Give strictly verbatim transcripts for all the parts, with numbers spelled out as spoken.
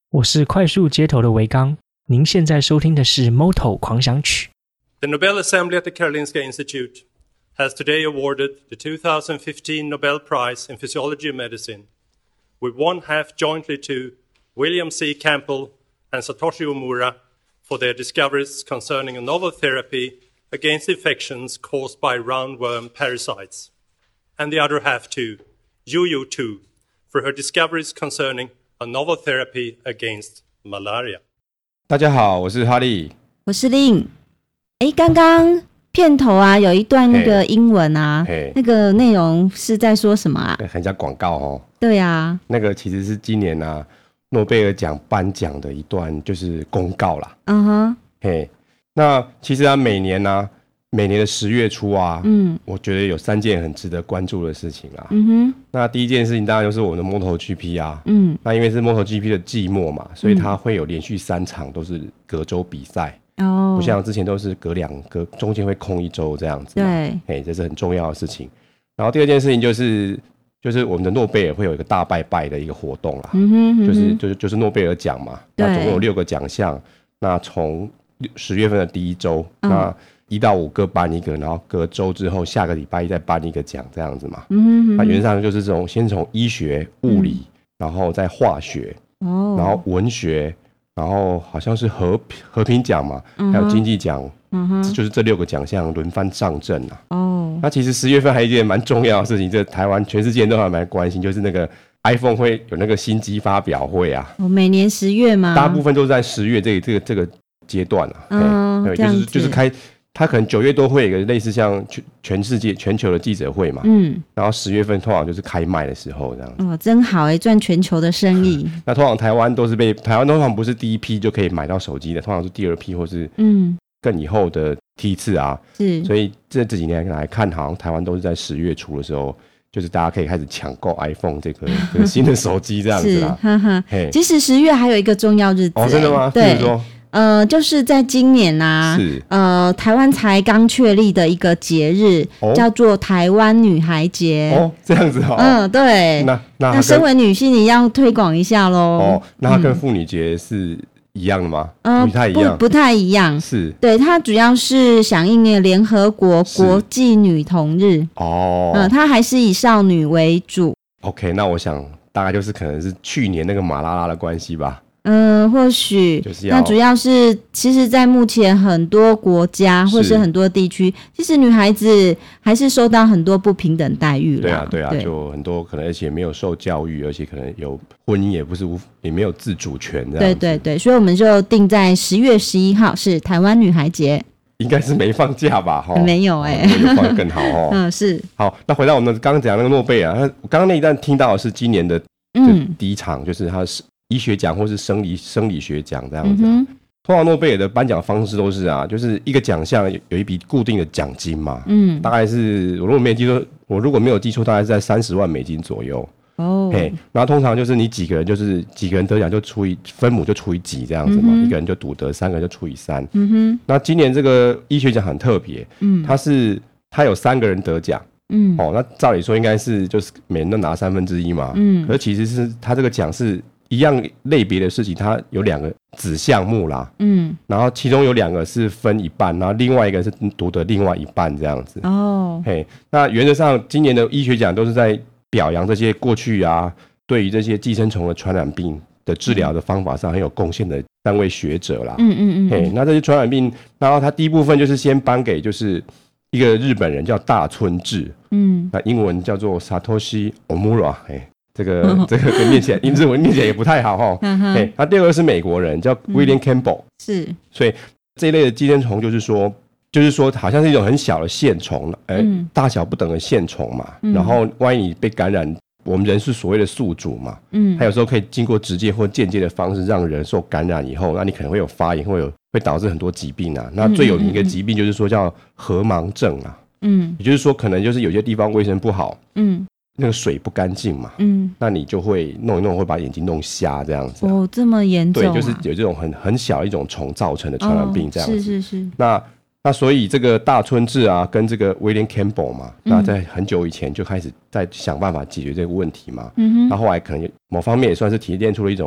我是快速街头的维刚，您现在收听的是 Moto 狂想曲。 The Nobel Assembly at the Karolinska Institute has today awarded the two thousand fifteen Nobel Prize in Physiology of Medicine, with one half jointly to William C. Campbell and Satoshi Omura for their discoveries concerning a novel therapy against infections caused by roundworm parasites, and the other half to Yu Yu Tu for her discoveries concerning a novel therapy against malaria. 大家好，我是哈利， 我是令。哎，刚刚片头啊有一段那个英文啊，那个内容是在说什么啊？ 很像广告哦。 对啊， 那个其实是今年啊诺贝尔奖颁奖的一段就是公告啦。 嗯哼， 嘿，那其实啊每年啊每年的十月初啊，嗯，我觉得有三件很值得关注的事情啦。嗯哼，那第一件事情当然就是我们的 MotoGP 啊，嗯，那因为是 MotoGP 的季末嘛，所以它会有连续三场都是隔周比赛。哦，不像之前都是隔两隔中间会空一周这样子。 对， 哎，这是很重要的事情。然后第二件事情就是就是我们的诺贝尔会有一个大拜拜的一个活动啦，嗯哼嗯哼，就是就是就是诺贝尔奖嘛，那总共有六个奖项，那从十月份的第一周，嗯，那一到五各颁一个，然后隔周之后下个礼拜一再颁一个奖这样子嘛。嗯哼嗯哼，那原则上就是这种先从医学、物理，嗯，然后再化学，哦，然后文学，然后好像是和和平奖嘛，嗯，还有经济奖，嗯哼，就是这六个奖项轮番上阵啊。哦，那其实十月份还有一件蛮重要的事情，这台湾全世界都还蛮关心，就是那个 iPhone 会有那个新机发表会啊。 哦，每年十月吗？ 大部分都是在十月这个这个这个阶段啊。嗯，对，就是就是开。他可能九月都会有一个类似像全世界全球的记者会嘛，嗯，然后十月份通常就是开卖的时候这样子。 哦，真好哎，赚全球的生意。 那通常台湾都是被台湾通常不是第一批就可以买到手机的，通常是第二批或是嗯更以后的梯次啊。是，所以这这几年来看，好像台湾都是在十月初的时候，就是大家可以开始抢购 iPhone 这个这个新的手机这样子啊。 哈哈，其实十月还有一个重要日子。 哦，真的吗？ 对。 比如说呃，就是在今年啊，是呃，台湾才刚确立的一个节日，哦，叫做台湾女孩节。 哦，这样子哦。 嗯，对。那那那身为女性，你要推广一下咯。 哦，那它跟妇女节是一样的吗？嗯，不太一样， 不不太一样。是，对，它主要是响应那个联合国国际女童日。哦，嗯，它还是以少女为主。 OK， 那我想大概就是可能是去年那个马拉拉的关系吧。 嗯，或许、就是、那主要是，其实，在目前很多国家或是很多地区，其实女孩子还是受到很多不平等待遇啦。 对啊，对啊，对，就很多可能，而且没有受教育，而且可能有婚姻也不是无，也没有自主权这样子。 对对对，所以我们就定在十月十一号是台湾女孩节。 应该是没放假吧？哈， 没有哎、欸， 有放更好哦。 嗯，是。 好，那回到我们刚刚讲那个诺贝尔，我刚刚那一段听到的是今年的第一场，嗯、就是他是。医学奖或是生理生理学奖这样子、啊嗯，通常诺贝尔的颁奖方式都是啊，就是一个奖项有一笔固定的奖金嘛，嗯，大概是我如果没有记错，我如果没有记错，大概是在三十万美金左右。哦，嘿，然后通常就是你几个人，就是几个人得奖就除以分母就除以几这样子嘛，嗯、一个人就独得，三个人就除以三。嗯哼，那今年这个医学奖很特别，嗯，它是它有三个人得奖。嗯，哦，那照理说应该是就是每人都拿三分之一嘛，嗯，可是其实是它这个奖是。一样类别的事情，它有两个子项目啦，嗯，然后其中有两个是分一半，然后另外一个是独得另外一半这样子。哦，嘿，那原则上今年的医学奖都是在表扬这些过去啊，对于这些寄生虫的传染病的治疗的方法上很有贡献的三位学者啦。嗯嗯嗯，嘿，那这些传染病，然后它第一部分就是先颁给就是一个日本人叫大村智，嗯，那英文叫做 Satoshi Omura， 嘿。这个、哦、这个念起来，英日文念起来也不太好哈。嗯哼。欸、他第二个是美国人，叫 William Campbell、嗯。是。所以这一类的寄生虫，就是说，就是说，好像是一种很小的线虫，哎、欸嗯，大小不等的线虫嘛、嗯。然后，万一你被感染，我们人是所谓的宿主嘛。嗯。它有时候可以经过直接或间接的方式让人受感染以后，那你可能会有发炎，会有会导致很多疾病啊。那最有名的一个疾病就是说叫核盲症啊。嗯。也就是说，可能就是有些地方卫生不好。嗯。那个水不干净嘛，嗯，那你就会弄一弄，会把眼睛弄瞎这样子、啊。 哦，这么严重、啊？ 对，就是有这种很很小一种虫造成的传染病这样子。 哦、是是是。 那那所以这个大村智啊，跟这个 William Campbell 嘛、嗯，那在很久以前就开始在想办法解决这个问题嘛。嗯哼。那后来可能某方面也算是提炼出了一种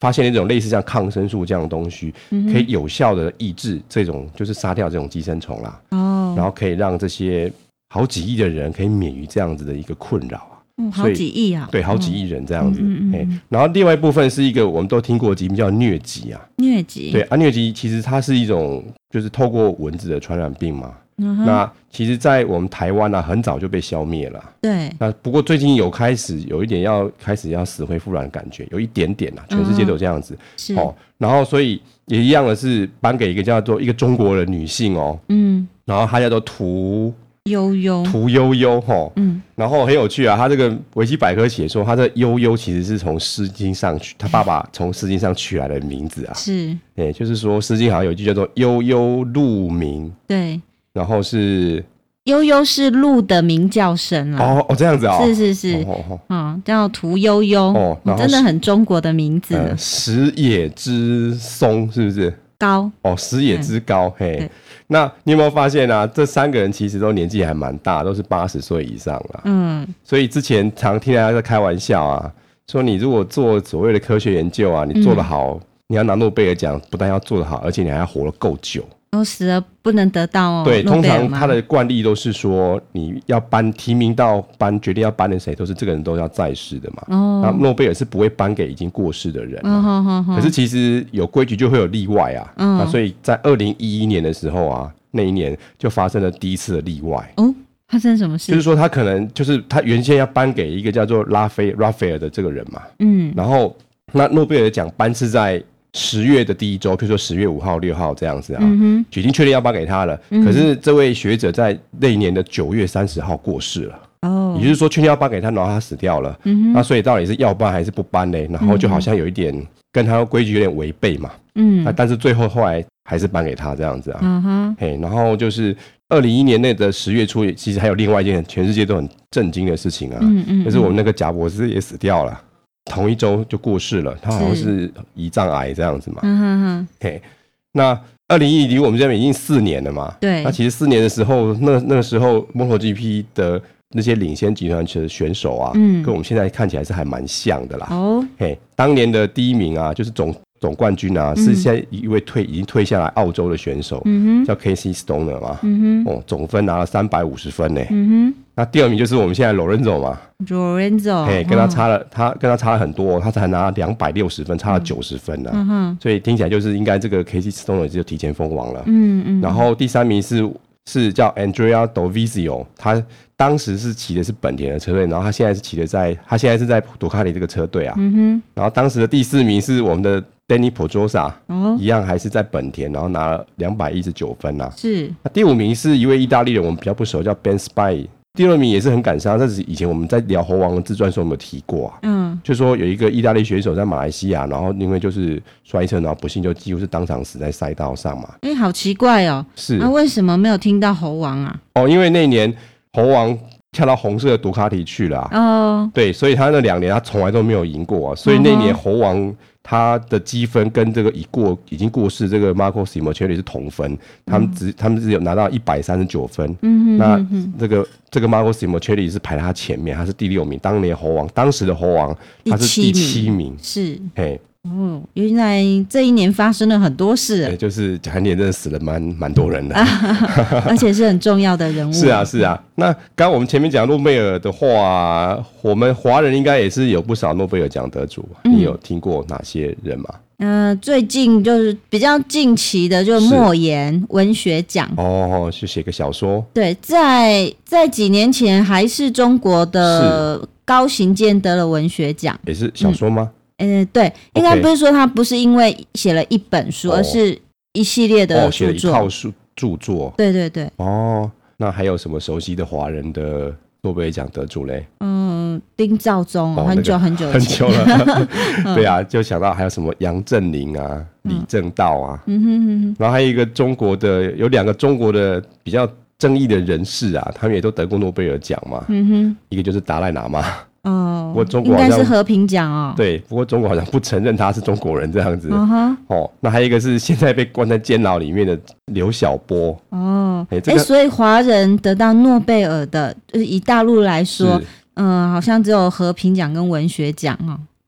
发现了一种类似像抗生素这样的东西，嗯、可以有效的抑制这种就是杀掉这种寄生虫啦。哦，然后可以让这些好几亿的人可以免于这样子的一个困扰啊。 嗯，好几亿啊！ 对，好几亿人这样子。嗯嗯嗯。然后另外一部分是一个我们都听过的疾病叫疟疾啊。 疟疾。对啊，疟疾其实它是一种就是透过蚊子的传染病嘛。嗯、那其实，在我们台湾啊，很早就被消灭了。 对。 那不过最近有开始有一点要开始要死灰复燃的感觉，有一点点啊，全世界都有这样子。嗯、 是。 哦，然后所以也一样的是颁给一个叫做一个中国的女性哦。嗯。然后她叫做屠。 悠悠屠呦呦齁，嗯，然后很有趣啊，他这个维基百科写说，他这悠悠其实是从《诗经》上取，他爸爸从《诗经》上取来的名字啊， 是， 对，就是说《诗经》好像有一句叫做悠悠鹿鸣， 对，然后是悠悠是鹿的鸣叫声啊， 哦哦这样子啊、哦， 是是是，哦哦嗯，叫屠呦呦，哦，真的很中国的名字， 呃、食野之松是不是？ 高哦，食野之高，嘿。那你有没有发现啊？这三个人其实都年纪还蛮大，都是八十岁以上了。嗯，所以之前常听大家在开玩笑啊，说你如果做所谓的科学研究啊，你做得好，嗯、你要拿诺贝尔奖，不但要做得好，而且你还要活得够久。 哦，死了不能得到哦。 对，通常他的惯例都是说，你要颁提名到颁决定要颁的谁，都是这个人都要在世的嘛。哦，那诺贝尔是不会颁给已经过世的人。哦哦哦哦、可是其实有规矩就会有例外啊。嗯，那所以在二零一一年的时候啊，那一年就发生了第一次的例外。 哦，发生什么事？ 就是说他可能就是他原先要颁给一个叫做拉菲拉菲尔的这个人嘛。嗯，然后那诺贝尔奖颁是在十月的第一周，比如说十月五号、六号这样子啊，嗯、已经确定要颁给他了。嗯、可是这位学者在那一年的九月三十号过世了。哦，也就是说确定要颁给他，然后他死掉了。嗯、那所以到底是要颁还是不颁呢？然后就好像有一点跟他的规矩有点违背嘛。嗯，那但是最后后来还是颁给他这样子啊。嗯哼，嘿，然后就是二零一一年内的十月初，其实还有另外一件全世界都很震惊的事情啊。嗯嗯，就是我们那个贾博士也死掉了。同一周就过世了，他好像是胰脏癌这样子嘛。嗯哼哼。嘿，那二零一一离我们这边已经四年了嘛。对。那其实四年的时候，那那个时候 MotoGP 的那些领先集团的选手啊，嗯，跟我们现在看起来是还蛮像的啦。哦。嘿，当年的第一名啊，就是总总冠军啊，嗯、是现在一位退已经退下来澳洲的选手，嗯、叫 Casey Stoner 嘛。嗯哼。哦，总分拿了三百五十分呢。嗯哼。那第二名就是我们现在 Lorenzo 嘛 ，Lorenzo， 嘿，跟他差了，哦、他跟他差了很多，他才拿两百六十分，差了九十分呢、啊。嗯哼，所以听起来就是应该这个 Casey Stoner 就提前封王了。嗯嗯。然后第三名是是叫 Andrea Dovizio， 他当时是骑的是本田的车队，然后他现在是骑的在，他现在是在杜卡迪这个车队啊。嗯哼。然后当时的第四名是我们的 Danny Pedrosa， 哦，一样还是在本田，然后拿了两百一十九分啊。是。那第五名是一位意大利人，我们比较不熟，叫 Ben Spy。第二名也是很感伤，这是以前我们在聊猴王的自传的时候有没有提过啊？嗯，就说有一个意大利选手在马来西亚，然后因为就是摔车，然后不幸就几乎是当场死在赛道上嘛。 哎、欸，好奇怪哦。是。那、啊、为什么没有听到猴王啊？ 哦，因为那年猴王跳到红色的杜卡迪去了、啊。哦。对，所以他那两年他从来都没有赢过啊，所以那年猴王他的积分跟这个已过已经过世这个 Marco Simoncelli 是同分，他们只、嗯、他们只有拿到一百三十九分。嗯哼哼哼，那这个这个 Marco Simoncelli 是排在他前面，他是第六名。当年猴王，当时的猴王他是第七名。 是。嘿。哦，原来这一年发生了很多事。 对，就是今年真的死了蛮蛮多人的， 而且是很重要的人物。 是啊，是啊。那刚刚我们前面讲诺贝尔的话，我们华人应该也是有不少诺贝尔奖得主。嗯、你有听过哪些人吗？ 嗯、呃，最近就是比较近期的，就是莫言文学奖。哦， 是写个小说。 对，在在几年前还是中国的高行健得了文学奖， 也是小说吗？ 嗯嗯，对，应该不是说他不是因为写了一本书， okay. 而是一系列的著作，哦、写了一套书著作。 对对对。 哦，那还有什么熟悉的华人的诺贝尔奖得主嘞？ 嗯，丁肇中、哦，很久很久很久了。对啊，就想到还有什么杨振宁啊、嗯、李政道啊，嗯哼哼哼，然后还有一个中国的，有两个中国的比较争议的人士啊，他们也都得过诺贝尔奖嘛。嗯哼，一个就是达赖喇嘛。 哦， 不过中国好像应该是和平奖哦。 对，不过中国好像不承认他是中国人这样子。Uh-huh. 哦，那还有一个是现在被关在监牢里面的刘晓波。哦，哎、欸， 所以华人得到诺贝尔的，就是以大陆来说，嗯、呃，好像只有和平奖跟文学奖哦。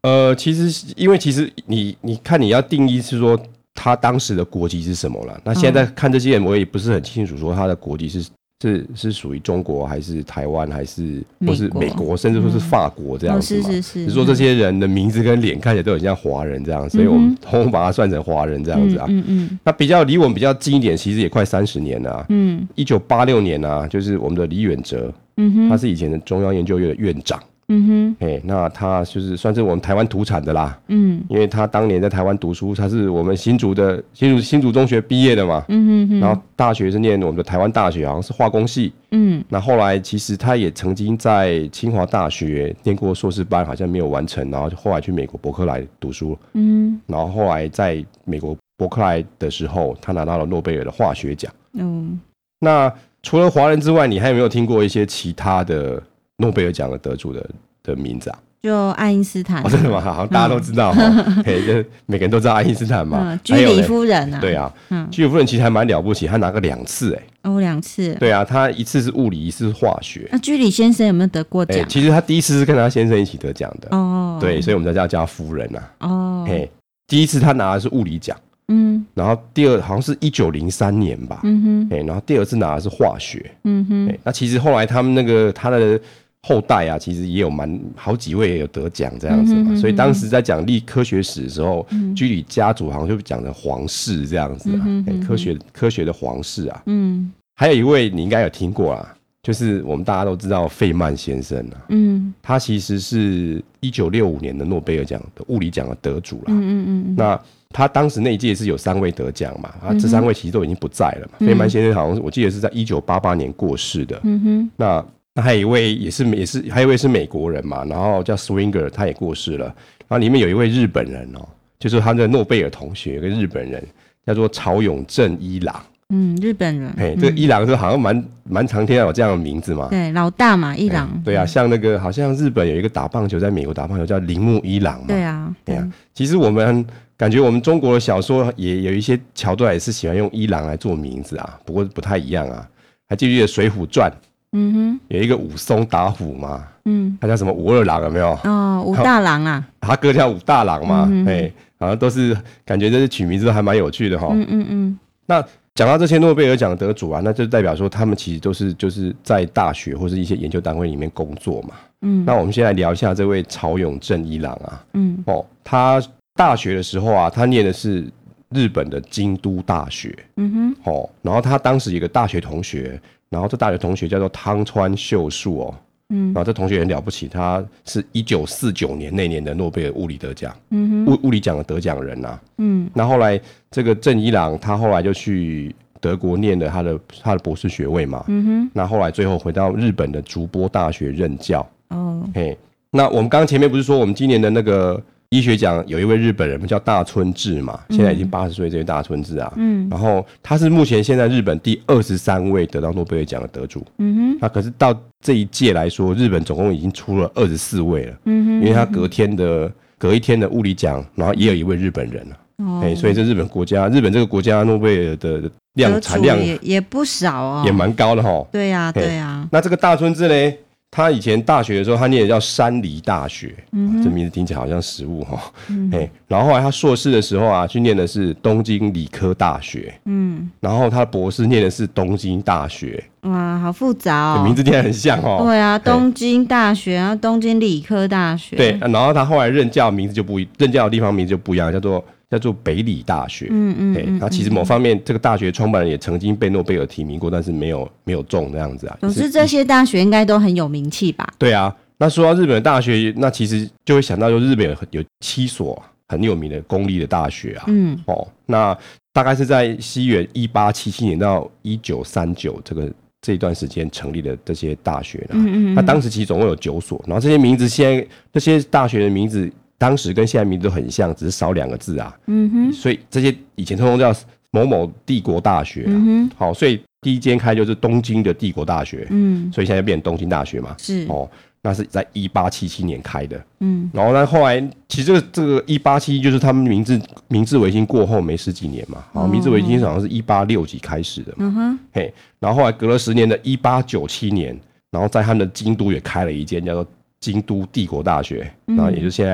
呃，其实因为其实你你看你要定义是说他当时的国籍是什么了。那现在看这些人，我也不是很清楚说他的国籍是是是属于中国还是台湾还是或是美国，甚至说是法国这样子嘛。嗯哦、是是是。只是说这些人的名字跟脸看起来都很像华人这样，所以我们通通把它算成华人这样子啊。嗯 嗯, 嗯。那比较离我们比较近一点，其实也快三十年了、啊。嗯。一九八六年啊，就是我们的李远哲，嗯哼，他是以前的中央研究院的院长。嗯哼，哎，那他就是算是我们台湾土产的啦，嗯，因为他当年在台湾读书，他是我们新竹的新竹新竹中学毕业的嘛，嗯哼哼，然后大学是念我们的台湾大学，好像是化工系，嗯，那后来其实他也曾经在清华大学念过硕士班，好像没有完成，然后后来去美国伯克莱读书，嗯，然后后来在美国伯克莱的时候，他拿到了诺贝尔的化学奖，嗯，那除了华人之外，你还有没有听过一些其他的诺贝尔奖的得主的的名字啊？ 就爱因斯坦、啊哦、 真的吗？好像大家都知道、嗯嘿就每个人都知道爱因斯坦嘛。 嗯、居里夫人啊， 对啊，嗯、居里夫人其实还蛮了不起，他拿个两次哎、 欸。哦，两次。 对啊，他一次是物理，一次是化学。 那、啊、居里先生有没有得过奖、啊欸？ 其实他第一次是跟他先生一起得奖的哦。对，所以我们才叫他夫人啊。哦。嘿，第一次他拿的是物理奖。嗯，然后第二好像是一九零三年吧，嗯哼，然后第二次拿的是化学，嗯哼，那其实后来他们那个他的后代啊，其实也有蛮好几位也有得奖这样子嘛，嗯哼嗯哼，所以当时在讲历科学史的时候，嗯、居里家族好像就讲的皇室这样子啊，嗯哼嗯哼科学科学的皇室啊，嗯，还有一位你应该有听过啦。就是我们大家都知道费曼先生啊，嗯，他其实是一九六五年的诺贝尔奖的物理奖的得主啦，嗯嗯嗯，那他当时那一届是有三位得奖嘛，啊，这三位其实都已经不在了嘛。嗯、费曼先生好像我记得是在一九八八年过世的，嗯哼，那那还有一位也是也是还有一位是美国人嘛，然后叫 Swinger， 他也过世了，然后里面有一位日本人哦，就是他的诺贝尔同学，有个日本人叫做曹永正一郎。 嗯，日本人， 哎，这个一郎是好像蛮蛮常听到有这样的名字嘛。 对，老大嘛，一郎。 对啊，像那个好像日本有一个打棒球，在美国打棒球叫铃木一郎嘛。 对啊， 对啊。其实我们感觉我们中国的小说也有一些桥段也是喜欢用一郎来做名字啊，不过不太一样啊。还记不记得《水浒传》？嗯哼，有一个武松打虎嘛，嗯，他叫什么武二郎有没有？ 哦，武大郎啊， 他哥叫武大郎嘛，哎、嗯，好像都是感觉这些取名字都还蛮有趣的哈。嗯嗯嗯。那讲到这些诺贝尔奖得主啊，那就代表说他们其实都是就是在大学或是一些研究单位里面工作嘛。嗯，那我们先来聊一下这位曹永正一郎啊。嗯，哦，他大学的时候啊，他念的是日本的京都大学。嗯哼，哦，然后他当时有个大学同学，然后这大学同学叫做汤川秀树哦。嗯，然后这同学很了不起，他是一九四九年那年的诺贝尔物理得奖，嗯哼，物物理奖的得奖人呐、啊，嗯，那后来这个正一郎他后来就去德国念了他的他的博士学位嘛，嗯哼，那后来最后回到日本的筑波大学任教，哦，嘿，那我们刚刚前面不是说我们今年的那个医学奖有一位日本人叫大村智嘛，现在已经八十岁这位大村智啊，嗯，然后他是目前现在日本第二十三位得到诺贝尔奖的得主，嗯哼，那可是到这一届来说，日本总共已经出了二十四位了，嗯哼，因为他隔天的隔一天的物理奖，然后也有一位日本人了，哦，欸，所以这日本国家日本这个国家诺贝尔的量产量也也不少哦， 也蛮高的齁， 对呀，啊，对呀，啊， 那这个大村智呢？他以前大学的时候，他念的叫山梨大学，嗯，这名字听起来好像食物哈，嗯，然后后来他硕士的时候啊，去念的是东京理科大学，嗯，然后他博士念的是东京大学， 哇，好复杂哦， 名字听起来很像哦， 对啊，东京大学，然后东京理科大学， 对，然后他后来任教名字就不一，任教的地方名字就不一样，叫做叫做北理大学，嗯嗯，嗯，那其实某方面，这个大学创办人也曾经被诺贝尔提名过，但是没有没有中这样子啊。 总之，这些大学应该都很有名气吧？ 对啊，那说到日本的大学，那其实就会想到，就日本有有七所很有名的公立的大学啊。嗯，哦，那大概是在西元一八七七年到一九三九这个这一段时间成立的这些大学呢。嗯嗯嗯，那当时其实总共有九所，然后这些名字现在这些大学的名字。当时跟现在名字都很像，只是少两个字啊。嗯哼，所以这些以前通通叫某某帝国大学啊。嗯哼，好，所以第一间开就是东京的帝国大学。嗯，所以现在变成东京大学嘛。是哦，那是在一八七七年开的。嗯，然后呢，后来其实这个这个一八七七就是他们明治明治维新过后没十几年嘛。好，明治维新好像是一八六几开始的嘛。嗯哼，嘿，然后后来隔了十年的一八九七年，然后在他们的京都也开了一间叫做京都帝国大学，然后也就是现在的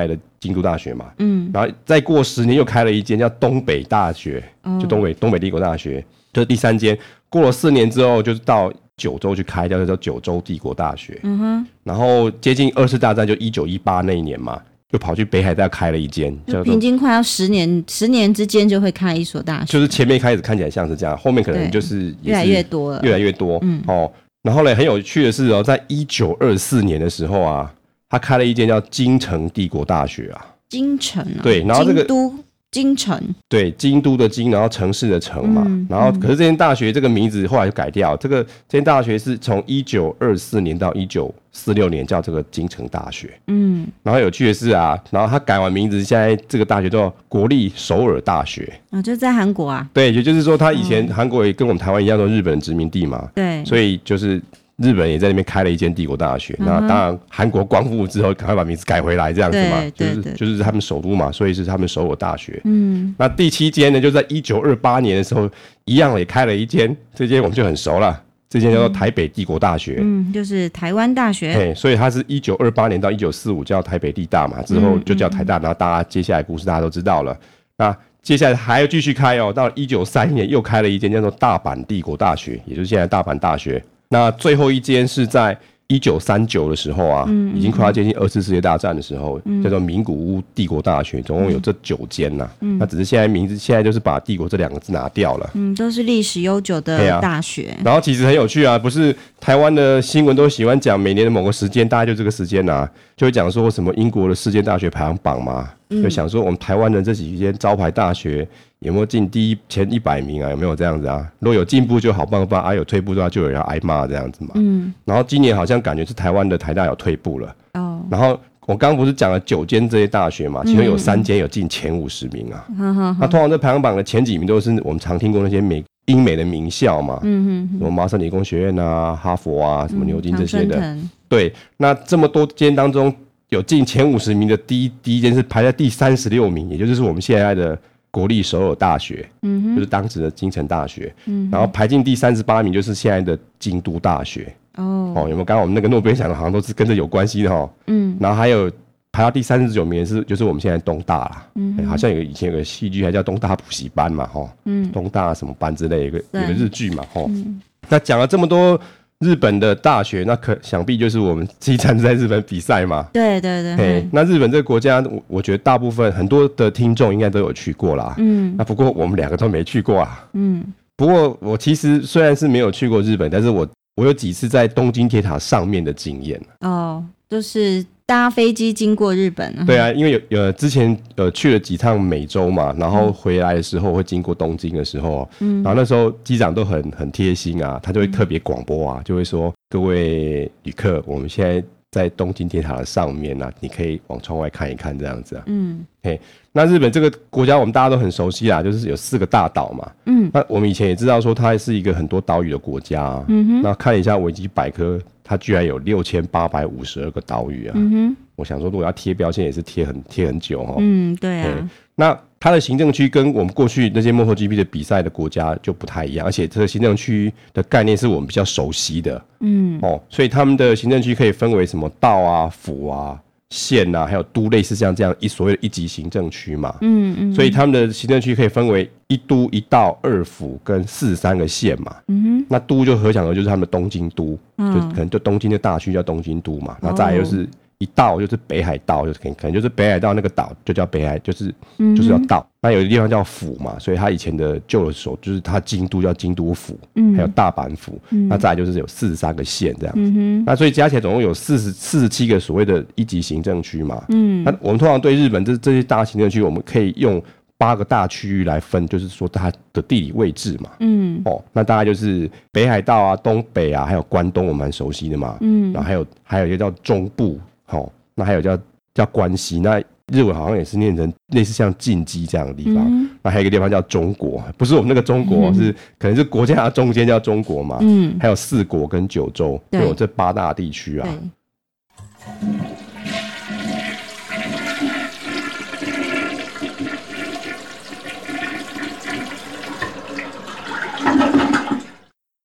京都大学嘛，嗯，然后再过十年又开了一间叫东北大学，哦、就东北东北帝国大学，就是第三间。过了四年之后，就是到九州去开，叫做九州帝国大学。嗯哼，然后接近二次大战，就一九一八那一年嘛，又跑去北海道开了一间， 就平均快要十年，十年之间就会开一所大学。 就是前面开始看起来像是这样，后面可能就是越来越多了， 越来越多。嗯，哦，然后呢，很有趣的是哦，在一九二四年的时候啊。他开了一间叫京城帝国大学啊， 京城啊， 对，然后这个京都京城， 对，京都的京，然后城市的城嘛，嗯、然后可是这间大学这个名字后来就改掉，这个这间大学是从一九二四年到一九四六年叫这个京城大学，嗯，然后有趣的是啊，然后他改完名字，现在这个大学叫国立首尔大学啊，就在韩国啊， 对，也就是说他以前韩国也跟我们台湾一样，都是日本殖民地嘛， 对， 所以就是。日本也在那边开了一间帝国大学，嗯、那当然韩国光复之后赶快把名字改回来这样子嘛，就是就是他们首都嘛，所以是他们首尔大学。嗯，那第七间呢，就在一九二八年的时候，一样也开了一间，这间我们就很熟了，这间叫做台北帝国大学， 嗯，就是台湾大学。 对，所以它是一九二八年到一九四五叫台北帝大嘛，之后就叫台大，然后大家接下来故事大家都知道了。那接下来还要继续开哦，到一九三一年又开了一间叫做大阪帝国大学，也就是现在大阪大学。那最后一间是在一九三九的时候啊，嗯、已经快要接近二次世界大战的时候，嗯、叫做名古屋帝国大学，总共有这九间呐。嗯、那只是现在名字现在就是把帝国这两个字拿掉了。嗯， 都是历史悠久的大学。 啊、然后其实很有趣啊，不是台湾的新闻都喜欢讲每年的某个时间，大概就这个时间啊，就会讲说什么英国的世界大学排行榜嘛，嗯、就想说我们台湾的这几间招牌大学。有没有进第一前一百名啊？有没有这样子啊？如果有进步就好棒棒，啊有退步的话就有人要挨骂这样子嘛。嗯。然后今年好像感觉是台湾的台大有退步了。哦。然后我刚刚不是讲了九间这些大学嘛，其中有三间有进前五十名啊。嗯哼。那通常这排行榜的前几名都是我们常听过那些美英美的名校嘛。嗯哼。什么麻省理工学院啊、哈佛啊、什么牛津这些的。嗯、对。那这么多间当中有进前五十名的第一第一间是排在第三十六名，也就是我们现在的。国立首尔大学，嗯，就是当时的京城大学，嗯，然后排进第三十八名就是现在的京都大学，哦，哦，有没有？刚刚我们那个诺贝尔奖好像都是跟这有关系的哈，嗯，然后还有排到第三十九名的是就是我们现在东大啦，嗯、欸，好像有以前有个戏剧还叫东大补习班嘛，哈，嗯，东大什么班之类，有个有个日剧嘛，哈，嗯、那讲了这么多。日本的大学，那可想必就是我们这一站在日本比赛嘛。 对对对。嘿， 那日本这个国家，我我觉得大部分很多的听众应该都有去过啦。嗯。那不过我们两个都没去过啊。嗯。不过我其实虽然是没有去过日本，但是我我有几次在东京铁塔上面的经验。 哦，就是搭飞机经过日本啊。 对啊，因为有有之前呃去了几趟美洲嘛，然后回来的时候会经过东京的时候，嗯，然后那时候机长都很很贴心啊，他就会特别广播啊，就会说各位旅客，我们现在在东京铁塔的上面啊，你可以往窗外看一看这样子啊。嗯，嘿，那日本这个国家我们大家都很熟悉啦，就是有四个大岛嘛。嗯，那我们以前也知道说它是一个很多岛屿的国家啊。嗯哼，那看了一下维基百科。它居然有六千八百五十二个岛屿啊！嗯哼，我想说，如果要贴标签，也是贴很贴很久哦。 嗯，对啊。对， 那它的行政区跟我们过去那些 MotoGP 的比赛的国家就不太一样，而且这个行政区的概念是我们比较熟悉的。嗯，哦，所以他们的行政区可以分为什么道啊、府啊、县啊，还有都，类似像这样一所谓的一级行政区嘛。嗯嗯。所以他们的行政区可以分为一都、一道、二府跟四十三个县嘛。嗯哼。那都就可想而知就是他们的东京都。就可能就东京的大区叫东京都嘛，然后再来就是一道就是北海道，就是可能可能就是北海道那个岛就叫北海，就是就是叫道。那有的地方叫府嘛，所以他以前的旧的时候就是他京都叫京都府，嗯，还有大阪府，嗯，那再来就是有四十三个县这样子，嗯，那所以加起来总共有四十四十七个所谓的一级行政区嘛，嗯，那我们通常对日本这这些大行政区，我们可以用八个大区域来分，就是说它的地理位置嘛。嗯，哦，那大概就是北海道啊、东北啊，还有关东，我蛮熟悉的嘛。嗯，然后还有还有一个叫中部，哦，那还有叫叫关西，那日文好像也是念成类似像近畿这样的地方。嗯，那还有一个地方叫中国，不是我们那个中国，嗯，是可能是国家的中间叫中国嘛。嗯，还有四国跟九州，就有这八大地区啊。对。